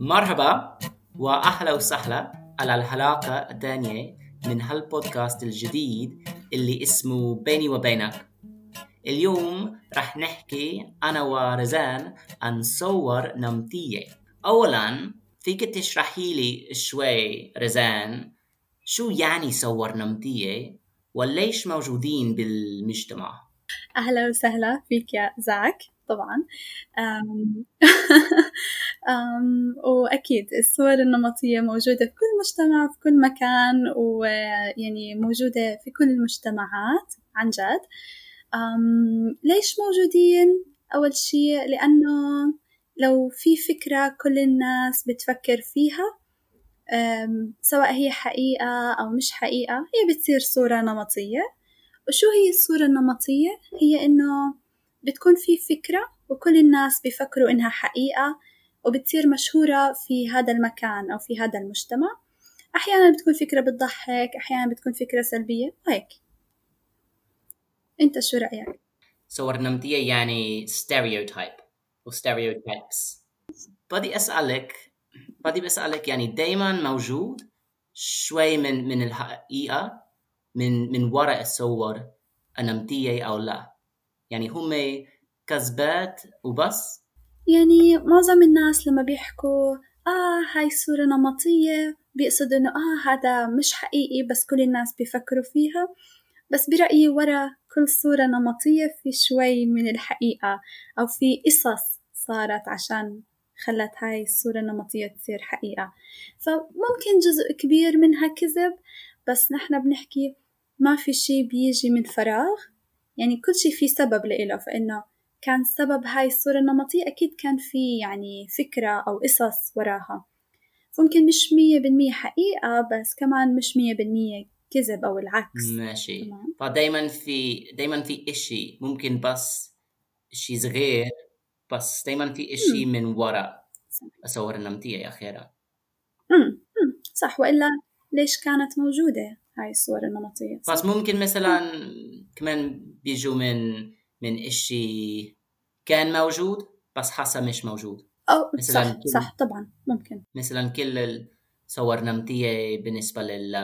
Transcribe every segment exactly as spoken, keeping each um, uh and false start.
مرحبا وأهلا وسهلا على الحلقة الثانية من هالبودكاست الجديد اللي اسمه بيني وبينك. اليوم رح نحكي أنا ورزان عن صور نمطية. أولاً فيك تشرحي لي شوي رزان شو يعني صور نمطية وليش موجودين بالمجتمع؟ أهلا وسهلا فيك يا زاك طبعاً. أم أم وأكيد الصور النمطية موجودة في كل مجتمع في كل مكان، ويعني موجودة في كل المجتمعات عن جد. أم ليش موجودين؟ أول شيء لأنه لو في فكرة كل الناس بتفكر فيها، سواء هي حقيقة أو مش حقيقة، هي بتصير صورة نمطية. وشو هي الصورة النمطية؟ هي إنه بتكون في فكرة وكل الناس بيفكروا إنها حقيقة وبتصير مشهورة في هذا المكان أو في هذا المجتمع. أحيانا بتكون فكرة بتضحك، أحيانا بتكون فكرة سلبية وهيك. أنت شو رأيك؟ صور نمطية يعني stereotype و stereotypes. بدي أسألك بدي بسألك يعني دايما موجود شوي من من الحقيقة من من وراء الصور النمطية أو لا؟ يعني هم كذبات وبس؟ يعني معظم الناس لما بيحكوا آه هاي صورة نمطية بيقصدوا إنه آه هذا مش حقيقي بس كل الناس بيفكروا فيها. بس برأيي ورا كل صورة نمطية في شوي من الحقيقة، أو في قصص صارت عشان خلت هاي الصورة النمطية تصير حقيقة. فممكن جزء كبير منها كذب، بس نحن بنحكي ما في شي بيجي من فراغ، يعني كل شي في سبب لإله. فإنه كان سبب هاي الصورة النمطية أكيد كان في يعني فكرة أو قصص وراها، ممكن مش مية بالمية حقيقة بس كمان مش مية بالمية كذب أو العكس. ماشي. تمام. فدايما في دايما في إشي ممكن بس إشي صغير، بس دايما في إشي مم. من وراء صح. الصور النمطية يا أخيرا. مم. مم. صح، وإلا ليش كانت موجودة هاي الصور النمطية؟ صح؟ بس ممكن مثلا كمان بيجوا من من إشي كان موجود بس حاسة مش موجود. أو مثلا صح كل صح طبعا ممكن. مثلا كل الصور نمطية بالنسبة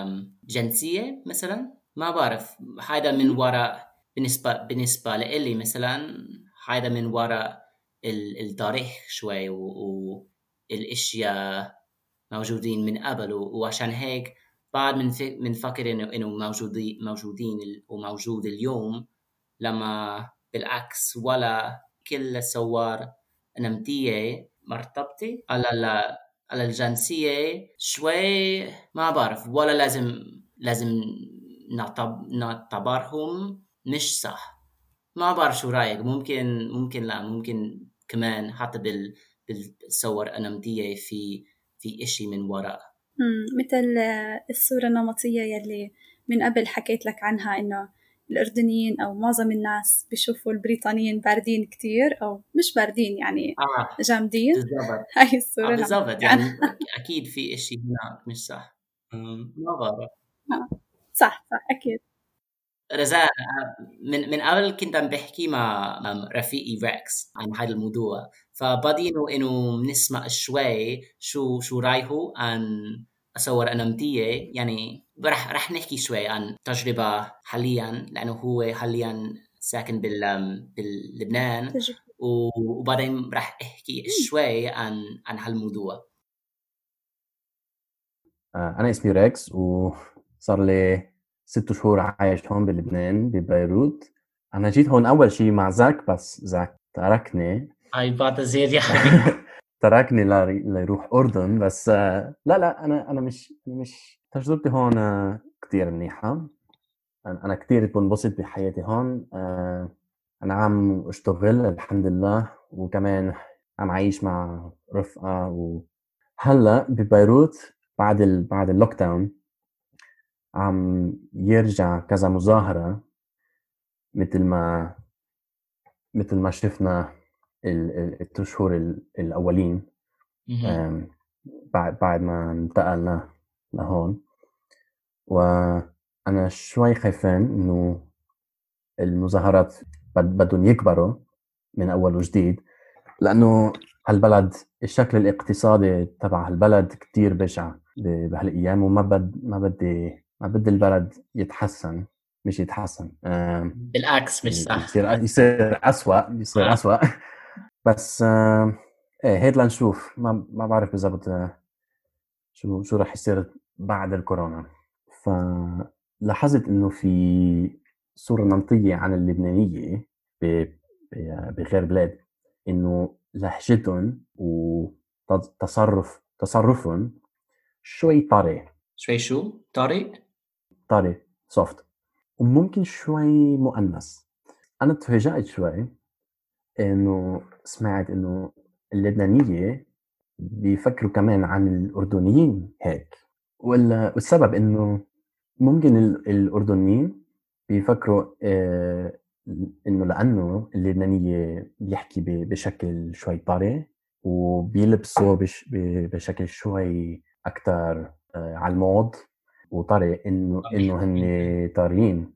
للجنسية مثلا ما بعرف هذا من مم. وراء بالنسبة بالنسبة لإلي مثلا هذا من وراء ال- التاريخ شوي و- والأشياء موجودين من قبل، وعشان هيك بعد من من فكر إنه إنه موجودين موجودين ال- وموجود اليوم، لما بالعكس ولا كل الصور نمطية مرتبطة على ال- على الجنسية شوي ما بعرف، ولا لازم لازم نعتب نعتبرهم مش صح. ما بعرف شو رأيك؟ ممكن ممكن لا ممكن كمان حتى بال بالصور النمطية في في إشي من وراء. مم. مثل الصورة النمطية يلي من قبل حكيت لك عنها، إنه الأردنيين أو معظم الناس بيشوفوا البريطانيين باردين كتير، أو مش باردين يعني آه جامدين. بالضبط. هاي آه الصورة بالضبط، يعني يعني أكيد في إشي هناك مش صح. أمم، ما بعرف. صح صح أكيد. رزان، من من قبل كنت عم بحكي مع مع رفيقي ريكس عن هذا الموضوع، فبدي إنه إنه نسمع شوي شو شو رأيه عن الصور النمطية. يعني رح رح نحكي شوي عن تجربة حاليا، لأنه هو حاليا ساكن بال بلبنان، تجربة. وبعدين رح أحكي شوي عن عن هالموضوع. أنا اسمي ريكس وصار لي ست شهور عايش هون بلبنان ببيروت. أنا جيت هون أول شي مع زاك، بس زاك تركني هاي بعتذر يا حبيبي. تركني ليري- ليروح أردن. بس آه، لا لا أنا أنا مش أنا مش تجربتي هون آه، كتير منيحة. أنا أنا كتير بنبسط بحياتي هون. آه، أنا عم أشتغل الحمد لله، وكمان عم عايش مع رفقة. وهلأ ببيروت بعد ال بعد اللوك داون عم يرجع كذا مظاهرة، مثل ما مثل ما شفنا ال- ال- الأشهر ال- الأولين. مهم. أم، بعد بعد ما انتقلنا لهون، وأنا شوي خايفان إنه المظاهرات بد- بدهم يكبروا من أول وجديد، لأنه هالبلد الشكل الاقتصادي تبع هالبلد كتير بشع بهالأيام، وما بد ما بدي ما بدي البلد يتحسن، مش يتحسن، آه بالعكس مش صح. يصير يصير أسوأ يصير آه. أسوأ. بس آه ايه هيك لنشوف، ما ما بعرف بالضبط شو شو راح يصير بعد الكورونا. فلاحظت انه في صورة نمطية عن اللبنانية بغير بلاد، انه لهجتهم وتصرف تصرفهم شوي طري شوي شو طارق؟ طري سوفت، وممكن شوي مؤنث. انا تفاجأت شوي انه سمعت انه اللبنانية بيفكروا كمان عن الأردنيين هيك، والسبب إنه ممكن الأردنيين بيفكروا آه إنه لأنه اللبنانية بيحكي بشكل شوي طري، وبيلبسوا بش بشكل شوي أكتر آه على الموض وطري، إنه إنه هن طاريين.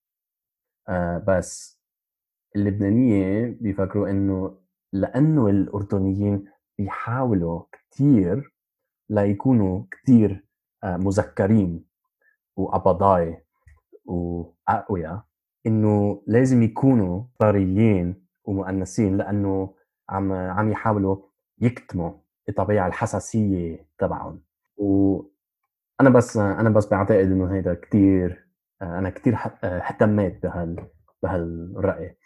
آه بس اللبنانية بيفكروا إنه لأنه الأردنيين بيحاولوا كتير ليكونوا كتير مذكرين وقبضاي وأقوياء، إنه لازم يكونوا طريين ومؤنسين، لأنه عم عم يحاولوا يكتموا الطبيعة الحساسية تبعهم. وأنا بس أنا بس بعتقد إنه هيدا كتير، أنا كتير اهتميت بهال بهالرأي.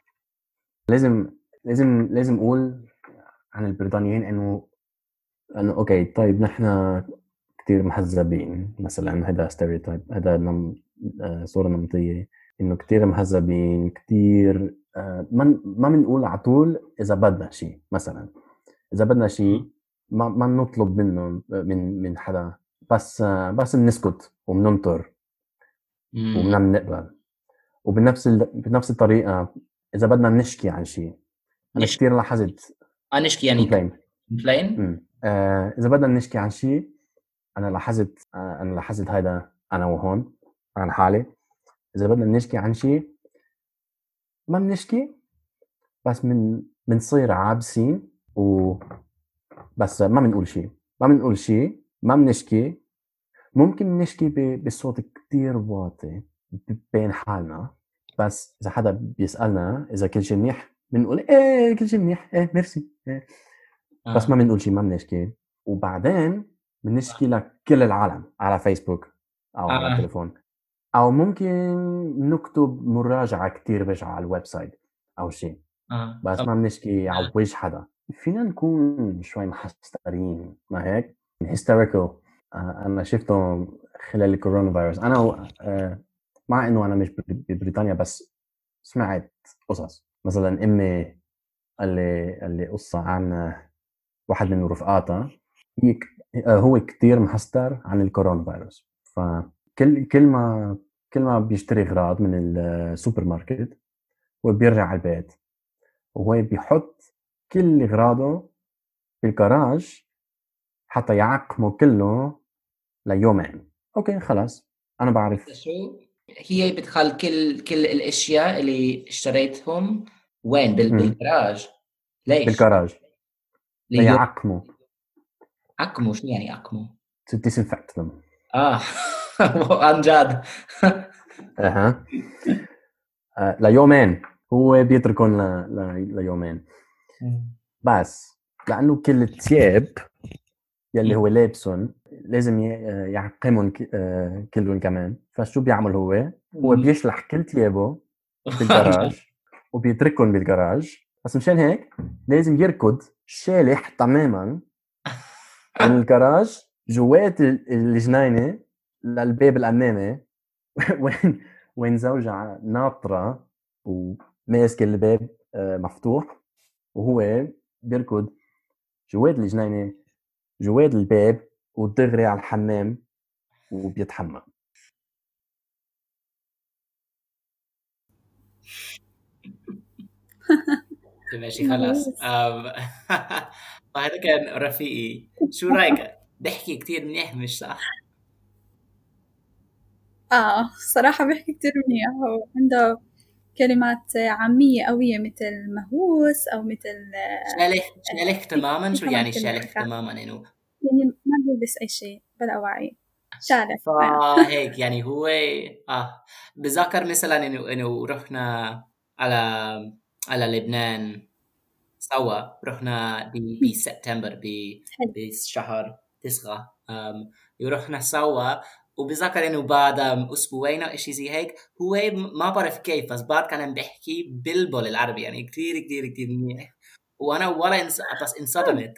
لازم لازم لازم أقول عن البريطانيين إنه انه اوكي طيب نحن كتير مهذبين مثلا، هذا ستيريوتايب، هذا نم... آه صورة نمطية انه كتير مهذبين كتير. آه ما ما بنقول على طول اذا بدنا شيء، مثلا اذا بدنا شيء ما ما نطلب منه من من حدا، بس آه بس بنسكت وبننطر وبنعمل نقبل. وبنفس ال... بنفس الطريقة اذا بدنا نشكي عن شيء، انا نشكي كتير لاحظت نشكي يعني complain. كومبلين. آه اذا بدنا نشكي عن شيء، انا لاحظت آه انا لاحظت هذا انا وهون عن حالي. اذا بدنا نشكي عن شيء ما بنشكي، بس من بنصير عابسين و بس ما بنقول شيء ما بنقول شيء ما بنشكي. ممكن نشكي بصوت كتير واطي بين حالنا، بس اذا حدا بيسالنا اذا كل شيء منيح بنقول ايه كل شيء منيح، ايه ميرسي، إيه. آه. بس ما بنقول شيء، ما بنشكي. وبعدين بنشكي لكل العالم على فيسبوك او آه. على التليفون، او ممكن نكتب مراجعة كتير بشعة على الويب سايت او شيء، آه. بس طب ما بنشكي على وجه حدا. فينا نكون شوي محسترين، ما هيك هيستيريكال. آه انا شفته خلال الكورونا فيروس. انا آه مع انه انا مش ببريطانيا، بس سمعت قصص. مثلا امي اللي اللي قصة عن واحد من رفقاتها، هو كتير محستر عن الكورونا فيروس. فكل كل ما كل ما بيشتري اغراض من السوبر ماركت وبيرجع على البيت، وهو بيحط كل اغراضه بالجراج حتى يعقمه كله ليومين. اوكي خلاص انا بعرف. شو هي بتخل كل كل الاشياء اللي اشتريتهم وين بال... بالجراج؟ ليش؟ بالجراج ليوم ليعقمه. عقموا؟ شو يعني عقموا؟ to disinfect them. اه عن جد. اها آه، ليومين هو بيتركون ل... ل... ليومين بس، لانه كل الثياب يلي هو لابسهم لازم يعقمهم كلهم كمان. فشو بيعمل هو هو بيشلح كل ثيابه بالجراج وبيتركهم بالجراج. بس مشان هيك لازم يركض شالح تماما من الجراج جوات الجنينه للباب الامامي وين وين زوجها ناطره وماسك الباب مفتوح، وهو بيركض جوات الجنينه جوات الباب ودغري على الحمام وبيتحمم. ماشي خلاص. هذا كان رفيقي. شو رايك؟ بحكي كتير منيح مش صح؟ اه صراحة بيحكي كتير منيح، وعنده كلمات عامية قوية مثل مهووس أو مثل شالح شالح تماما. شو يعني شالح حكى. تماما؟ إنه يعني ما بيلبس أي شيء بلا وعي، شالح. فهيك يعني هو آه بذكر مثلا إنه إنه رحنا على على لبنان سوا. رحنا ب بسبتمبر بشهر تسعة. ورحنا سوا، وبذكر انه بعد اسبوعين او شيء زي هيك هو ما بعرف كيف بس بعد كان بيحكي بالبول العربي يعني كثير كثير كثير منيح، وانا ولا انس... بس انصدمت.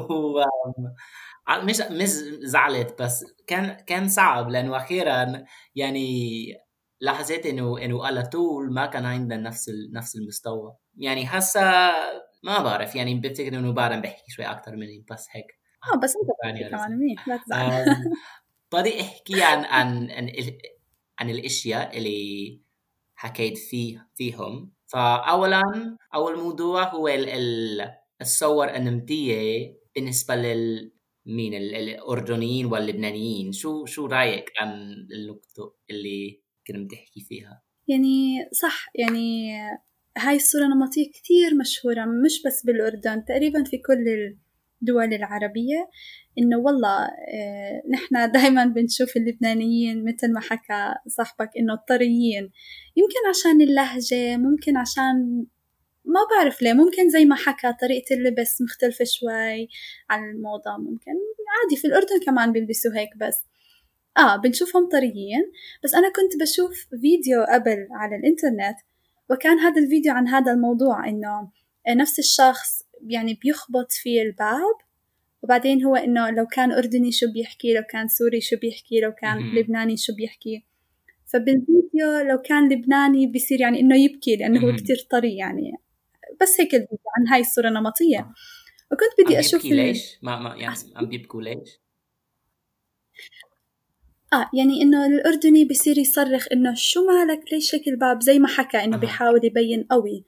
مش مش زعلت بس كان كان صعب لانه اخيرا يعني لاحظت انه انه على طول ما كان عندنا نفس ال... نفس المستوى. يعني هسه ما بعرف، يعني بفتكر انه بعد بحكي شوي اكثر مني بس هيك. اه بس انت بتحكي كمان منيح، لا تزعل. بدي احكي عن عن عن, ال... عن الاشياء اللي حكيت فيه فيهم. فاولا اول موضوع هو ال... ال... الصور النمطيه بالنسبه لل مين الأردنيين واللبنانيين. شو شو رأيك عن النقطة اللي كنت تحكي فيها؟ يعني صح، يعني هاي الصورة النمطية كتير مشهورة مش بس بالأردن، تقريبا في كل الدول العربية. إنه والله اه نحنا دايما بنشوف اللبنانيين مثل ما حكى صاحبك إنه طريين، يمكن عشان اللهجة، ممكن عشان ما بعرف ليه، ممكن زي ما حكى طريقة اللبس مختلفة شوي عن الموضة، ممكن عادي في الأردن كمان بيلبسوا هيك. بس آه بنشوفهم طريين. بس أنا كنت بشوف فيديو قبل على الإنترنت، وكان هذا الفيديو عن هذا الموضوع، إنه نفس الشخص يعني بيخبط في الباب، وبعدين هو إنه لو كان أردني شو بيحكي، لو كان سوري شو بيحكي، لو كان لبناني شو بيحكي. فبالفيديو لو كان لبناني بيصير يعني إنه يبكي لأنه هو كتير طري يعني. بس هيك الفيديو عن هاي الصورة النمطية. آه. وكنت بدي عم أشوف بيبكي ليش؟ ما ما يعني عم بيبكوا ليش؟ آه يعني إنه الأردني بيصير يصرخ إنه شو مالك، ليش هيك الباب، زي ما حكى إنه أه. بيحاول يبين قوي.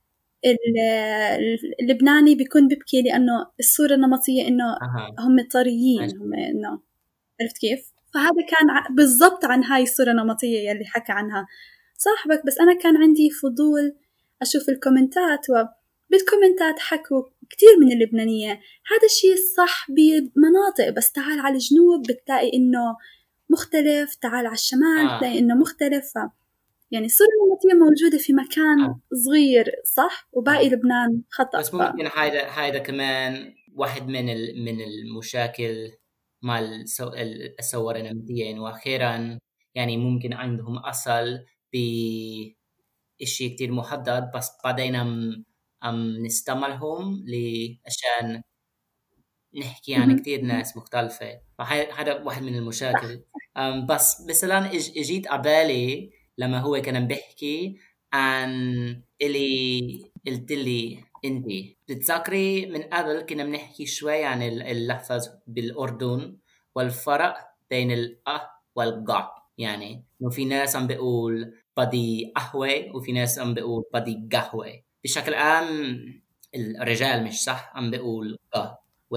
اللبناني بيكون بيبكي لأنه الصورة النمطية إنه أه. هم طريين، هم إنه عرفت كيف؟ فهذا كان بالضبط عن هاي الصورة النمطية يلي حكى عنها صاحبك. بس أنا كان عندي فضول أشوف الكومنتات، وبالكومنتات حكوا كتير من اللبنانية هذا الشيء صح بمناطق، بس تعال على الجنوب بتلاقي إنه مختلف، تعال على الشمال آه. بتلاقي إنه مختلف. يعني الصورة النمطية موجودة في مكان آه. صغير صح، وباقي آه. لبنان خطأ. بس ممكن هيدا هيدا كمان واحد من ال... من المشاكل مع السو... الصور النمطية، إنه أخيرا يعني ممكن عندهم أصل بإشي كتير محدد، بس بعدين عم عم نستعملهم ل عشان نحكي عن كتير ناس مختلفة. فهذا واحد من المشاكل. أم بس مثلا إج- اجيت عبالي لما هو كان بيحكي عن اللي قلت لي انتي بتتذكري من قبل كنا بنحكي شوي عن ال- اللفظ بالأردن والفرق بين الأ والقا. يعني إنه في ناس عم بيقول بدي قهوة وفي ناس عم بيقول بدي قهوة. بشكل عام الرجال مش صح عم بيقول قا،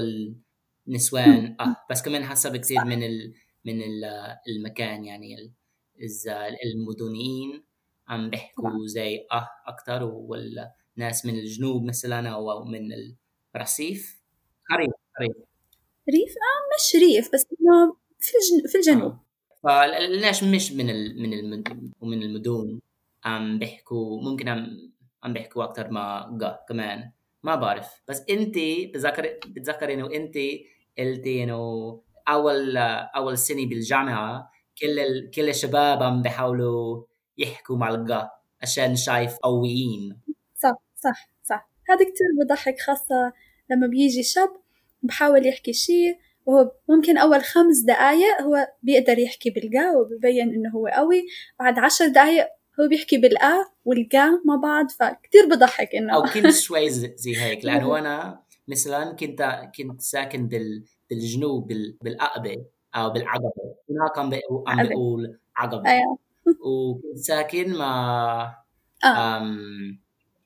والنسوان اه. بس كمان حسب كتير من ال... من ال... المكان. يعني ال... إذا المدنيين عم بيحكوا زي اه اكتر، والناس من الجنوب مثلا او من الرصيف قريب قريب ريف آه مش ريف، بس إنه في الجن... في الجنوب. اه. فالناس مش من ال... من المد... ومن المدن عم بيحكوا، ممكن عم عم بيحكوا اكتر ما قا كمان. ما بعرف. بس انت بتذكر بتذكر انه انت قلتي انه اول اول سنه بالجامعه كل ال... كل الشباب عم بيحاولوا يحكوا مع القا عشان شايف قويين. صح صح صح، هذا كتير بضحك، خاصة لما بيجي شاب بحاول يحكي شيء وهو ممكن أول خمس دقايق هو بيقدر يحكي بالقا وبيبين إنه هو قوي، بعد عشر دقايق هو بيحكي بالآ والقا مع بعض. فكتير بضحك إنه او كنت شوي زي هيك، لانه انا مثلا كنت كنت ساكن بال بالجنوب بال بالعقبه او بالعقبه. هناك عم بقول عم أبد. بقول عقبه. أيوة. وكنت ساكن مع آه أم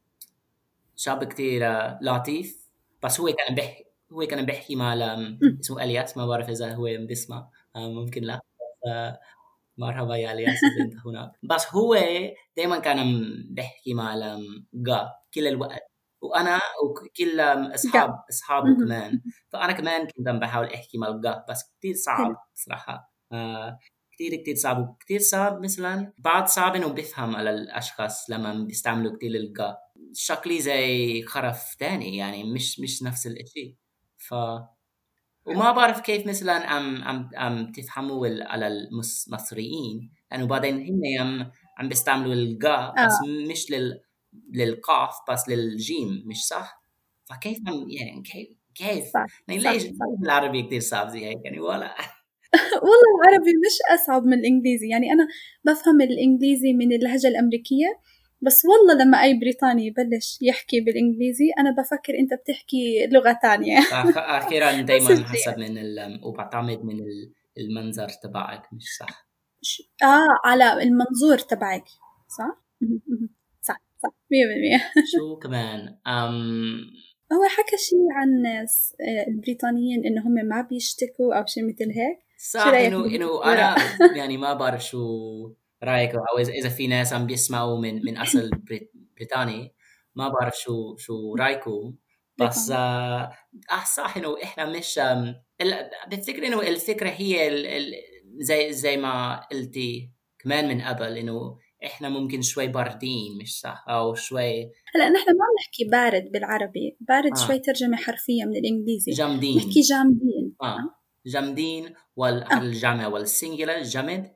شاب كتير لطيف. بس هو كان بيحكي هو كان بيحكي مع اسمه الياس. ما بعرف اذا هو بيسمع، ممكن لا. مرحبا يا الياس إذا أنت هناك. بس هو دايما كان بيحكي مع جا كل الوقت، وأنا وكل أصحاب أصحابه كمان. فأنا كمان كنت بحاول أحكي مع جا، بس كتير صعب صراحة. آه كتير كتير صعب وكتير صعب. مثلا بعد صعب إنه بيفهم على الأشخاص لما بيستعملوا كتير الجا، شكلي زي خرف تاني يعني، مش مش نفس الإشي. ف وما بعرف كيف مثلا عم عم عم تفهموا على المصريين، لأنه بعدين هم عم عم بيستعملوا الجا بس مش لل للقاف بس للجيم، مش صح؟ فكيف عم يعني كيف كيف يعني ليش العربي كتير صعب زي هيك يعني؟ ولا والله العربي مش أصعب من الإنجليزي، يعني أنا بفهم الإنجليزي من اللهجة الأمريكية، بس والله لما أي بريطاني يبلش يحكي بالإنجليزي أنا بفكر أنت بتحكي لغة تانية. أخيرا دايما حسب من ال وبعتمد من المنظر تبعك، مش صح؟ آه على المنظور تبعك، صح؟ صح صح مية بالمية. شو كمان أم هو حكى شيء عن الناس البريطانيين إنه هم ما بيشتكوا أو شيء مثل هيك. صح، إنه إنه أنا يعني ما بعرف شو رأيك، أو إذا إذا في ناس عم بيسمعوا من من أصل بريطاني، ما بعرف شو شو رأيكم. بس آه صح إنه إحنا مش بفتكر إنه الفكرة هي ال ال زي زي ما قلتي كمان من قبل، إنه إحنا ممكن شوي باردين، مش صح؟ أو شوي هلا نحن ما بنحكي بارد بالعربي، بارد آه. شوي ترجمة حرفية من الإنجليزي، جامدين، نحكي جامدين. آه, آه. جامدين والجامع آه. والسنجلة جامد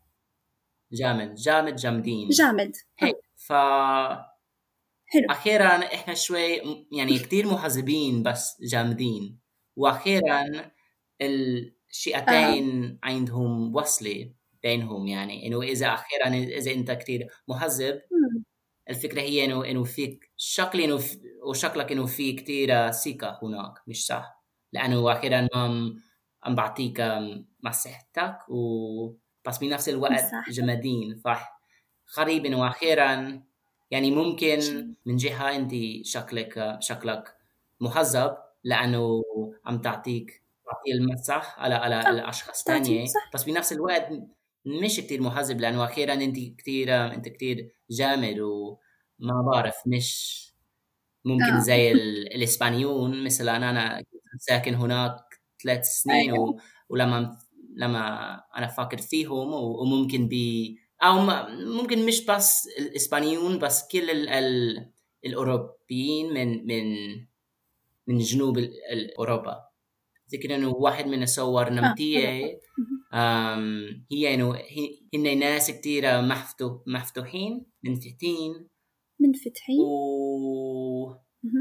جامد جامد جامدين جامد هيك. ف حلو. أخيرا إحنا شوي يعني كتير مهذبين بس جامدين، وأخيرا الشيئتين آه. عندهم وصلة بينهم، يعني إنه إذا أخيرا إذا أنت كتير مهذب، الفكرة هي إنه إنه فيك شكل إنه في وشكلك إنه في كتير ثقة هناك، مش صح؟ لأنه أخيرا ما عم بعطيك مساحتك و بس بنفس الوقت جمادين. فح غريب إنه أخيرا يعني ممكن من جهة أنت شكلك شكلك مهذب لأنه عم تعطيك تعطي المساحة على على آه. الأشخاص تانية، بس بنفس الوقت مش كتير مهذب، لأنه أخيرا أنت كتير أنت كتير جامد وما بعرف مش ممكن آه. زي الإسبانيون. مثلا أنا ساكن هناك ثلاث سنين أيوة. و... ولما لما أنا فاكر فيهم و... وممكن بي أو ممكن مش بس الإسبانيون بس كل ال... ال... الأوروبيين من من من جنوب أوروبا. ذكر إنه واحد من الصور نمتية آه. هي إنه هن ناس كتير مفتوح مفتوحين منفتحين منفتحين و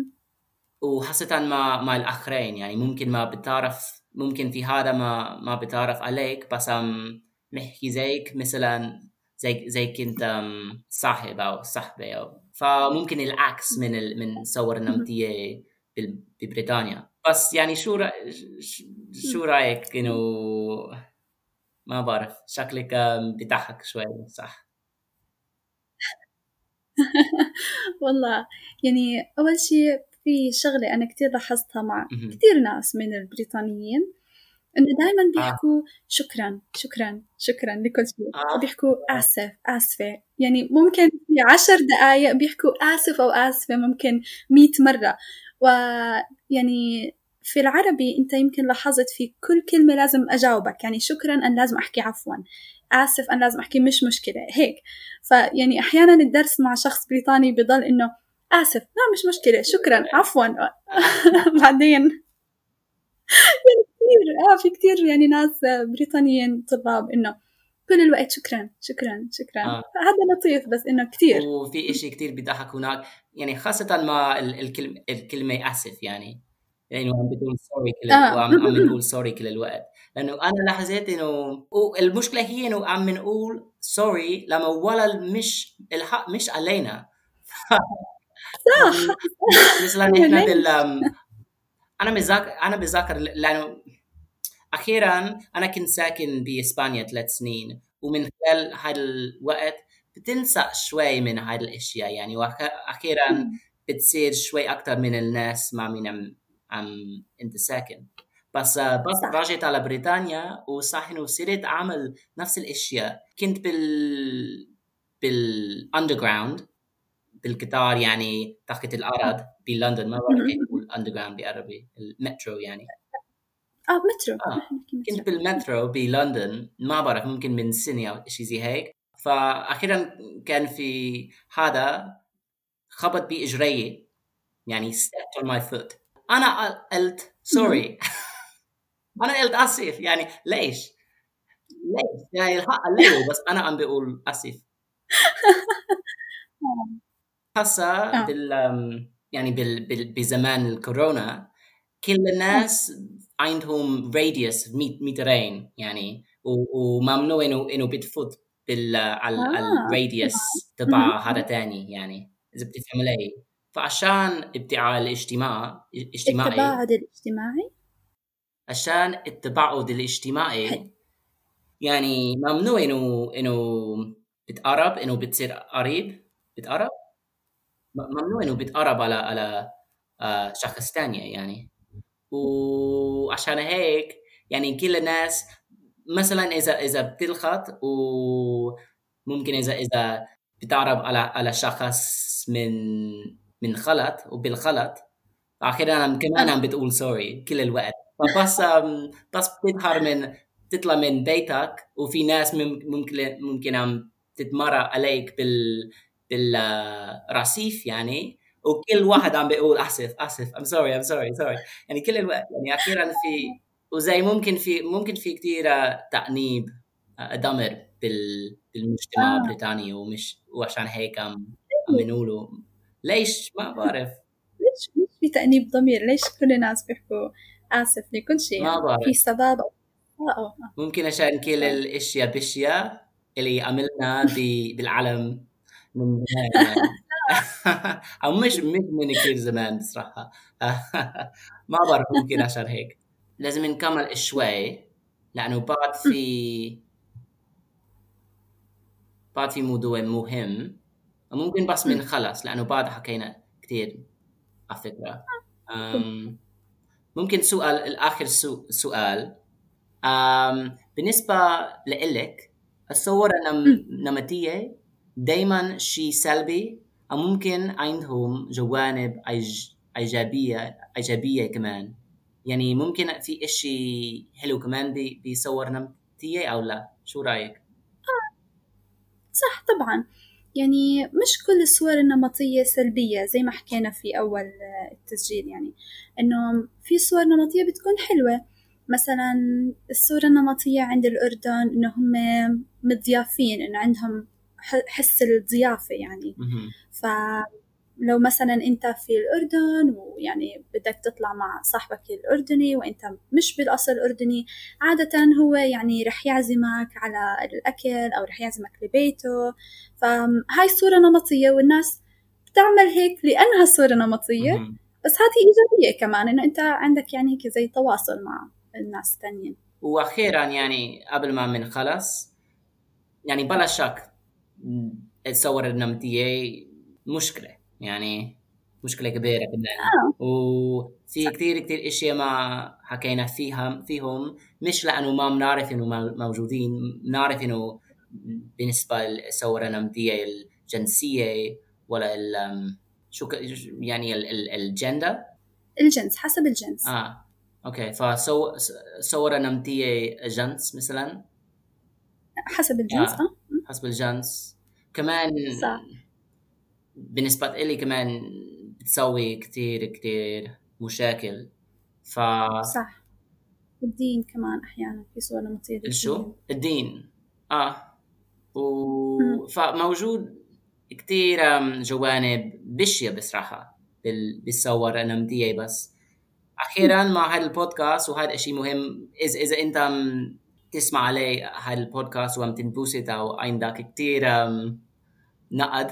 وحسيت مع مع الآخرين، يعني ممكن ما بتعرف ممكن في هذا ما ما بتعرف عليك، بس عم نحكي زيك مثلا زي زي كنت صاحب أو صاحبة، أو فممكن العكس من ال من صور النمطية ببريطانيا. بس يعني شو رأ... شو رأيك إنه ما بعرف شكلك بيضحك شوي، صح؟ والله يعني أول شيء في شغلة أنا كتير لاحظتها مع كتير ناس من البريطانيين، إنه دايماً بيحكوا آه. شكراً شكراً شكراً لكل شيء آه. بيحكوا آسف آسفة، يعني ممكن في عشر دقايق بيحكوا آسف أو آسفة ممكن مئة مرة. ويعني في العربي أنت يمكن لاحظت في كل كلمة لازم أجاوبك، يعني شكراً أنا لازم أحكي عفواً، آسف أنا لازم أحكي مش مشكلة هيك. فيعني أحياناً الدرس مع شخص بريطاني بيضل إنه آسف لا مش مشكلة شكراً عفواً بعدين كثير آه في كثير يعني ناس بريطانيين طلاب إنه كل الوقت شكراً شكراً شكراً آه. هذا لطيف، بس إنه كثير وفي إشي كتير بيضحك هناك، يعني خاصة مع الكلمة الكلمة آسف، يعني لأنه عم بتقول سوري كل آه. وعم عم نقول سوري كل الوقت، لأنه أنا لاحظت إنه المشكلة هي إنه عم نقول سوري لما ولا مش الحق مش علينا. صح. مثلا إحنا بال أنا بذاكر أنا بذاكر لأنه أخيراً أنا كنت ساكن بإسبانيا ثلاث سنين، ومن خلال هذا الوقت بتنسى شوي من هذه الأشياء يعني، وأخيراً بتصير شوي أكتر من الناس مع مين عم, عم أنت ساكن. بس بس صح. رجعت على بريطانيا وصح إنه صرت أعمل نفس الأشياء. كنت بال بالأندرغراوند بالقطار يعني تحت الأرض بلندن، ما بعرف كيف أقول أندرغراوند بعربي، المترو يعني. اه مترو. آه نحن نحكي كنت مترو. بالمترو بلندن، ما بعرف ممكن من سنة أو شيء زي هيك. فأخيرا كان في هذا خبط بإجري يعني stepped on my foot. أنا قلت سوري. أنا قلت آسف يعني ليش؟ ليش؟ يعني الحق علي بس أنا عم بقول آسف. هسا آه. بال يعني بال بال بزمان الكورونا كل الناس عندهم radius مية مترين يعني وممنوع إنه إنه بتفوت بال على آه. الراديوس مهم. تبع هذا تاني يعني إذا بتفهم علي. فعشان ابتعاد الاجتماع اجتماعي التباعد الاجتماعي. عشان التباعد الاجتماعي حلو. يعني ممنوع إنه إنه بتقرب إنه بتصير قريب بتقرب ممنوع إنه بتقرب على على آه شخص تانية يعني. وعشان هيك يعني كل الناس مثلا إذا إذا بتلخط وممكن إذا إذا بتقرب على على شخص من من خلط وبالخلط أخيرا أنا كمان آه. عم بتقول سوري كل الوقت. فبس آم، بس بتظهر من تطلع من بيتك وفي ناس مم- ممكن ممكن عم تتمرق عليك بال بالرصيف يعني وكل واحد عم بيقول اسف اسف I'm sorry I'm sorry sorry يعني كل الوقت يعني اخيرا في وزي ممكن في ممكن في كثير تأنيب آه، دمر بال بالمجتمع آه. البريطاني ومش وعشان هيك عم عم يقولوا ليش ما بعرف ليش ليش في تأنيب ضمير؟ ليش كل الناس بيحكوا آسف لكل شيء؟ ما يعني بعرف في سبب أو آه آه آه. ممكن عشان كل الاشياء باشياء اللي عملنا ب- بالعالم من زمان يعني او مش مش من كثير زمان بصراحه. ما بعرف ممكن عشان هيك لازم نكمل شوي لانه بعد في بعد في موضوع مهم ممكن بس من خلص لانه بعد حكينا كثير على فكره. أم، ممكن سؤال الاخر سو- سؤال أم بالنسبة لإلك الصور النم... النمطية دايما شيء سلبي أو ممكن عندهم جوانب إيج... إيجابية إيجابية كمان يعني ممكن في إشي حلو كمان ب... بصور نمطية أو لا شو رأيك؟ صح طبعا. يعني مش كل الصور النمطية سلبية زي ما حكينا في أول التسجيل، يعني إنه في صور نمطية بتكون حلوة. مثلا الصورة النمطية عند الأردن إنه هم مضيافين، إنه عندهم حس الضيافة يعني. مهم. فلو مثلا أنت في الأردن ويعني بدك تطلع مع صاحبك الأردني وأنت مش بالأصل أردني، عادة هو يعني رح يعزمك على الأكل أو رح يعزمك لبيته. فهاي صورة نمطية والناس بتعمل هيك لأنها صورة نمطية، مهم. بس هذه إيجابية كمان إنه أنت عندك يعني هيك زي تواصل مع الناس التانيين. وأخيرا يعني قبل ما منخلص يعني بلا شك الصور النمطية مشكلة يعني مشكلة كبيرة كمان آه وفي كتير كتير اشياء ما حكينا فيها فيهم مش لانه ما بنعرف انه موجودين بنعرف انه بالنسبة للصور النمطية الجنسية ولا ال شو ك- يعني ال- ال- الجندر الجنس حسب الجنس. اه اوكي فصور صور نمطية جنس مثلا حسب الجنس اه آه حسب الجنس كمان صح بالنسبة إلي كمان بتسوي كتير كتير مشاكل. ف صح. الدين كمان أحيانا في صور نمطية الشو للدين. الدين اه مم. و فموجود كتير أم، جوانب بشية بصراحة بال... بالصور النمطية بس أخيرا مع هذا البودكاست وهذا شيء مهم إذا إذا أنت عم تسمع عليه هذا البودكاست وعم تنبسط أو عندك كتير أم، نقد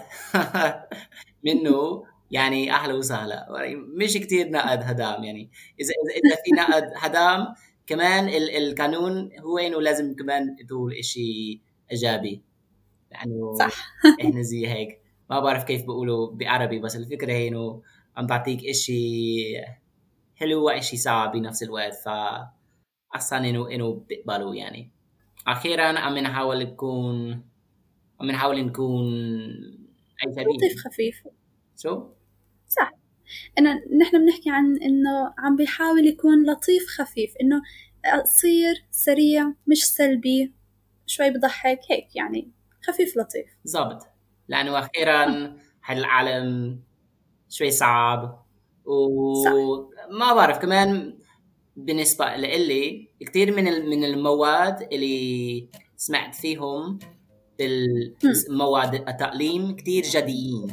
منه يعني اهلا وسهلا مش كتير نقد هدام يعني اذا اذا اذا في نقد هدام كمان ال القانون هو انه لازم كمان تقول اشي ايجابي لانه صح احنا زي هيك ما بعرف كيف بيقولوا بعربي بس الفكره هي انه عم بعطيك اشي حلو وإشي صعب بنفس الوقت، فأحسن إنه إنه بقبلوا يعني. أخيرا عم نحاول نكون عم نحاول نكون لطيف خفيف. شو؟ صح، إنه نحن بنحكي عن إنه عم بيحاول يكون لطيف خفيف، إنه قصير سريع مش سلبي، شوي بضحك هيك يعني، خفيف لطيف. زبط، لأنه أخيرا هذا العالم شوي صعب، وما بعرف كمان بالنسبة لإلي كتير من من المواد اللي سمعت فيهم بالمواد التعليم كتير جديين.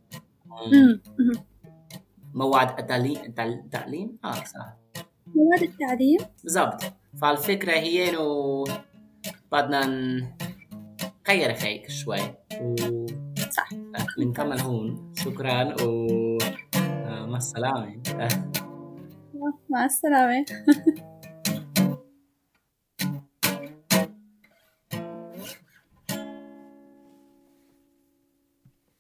مواد التعليم التعليم اه صح مواد التعليم بالضبط. فالفكرة هي إنه بدنا نغير هيك شوي و... صح. بنكمل هون. شكرا ومع السلامة. مع السلامة.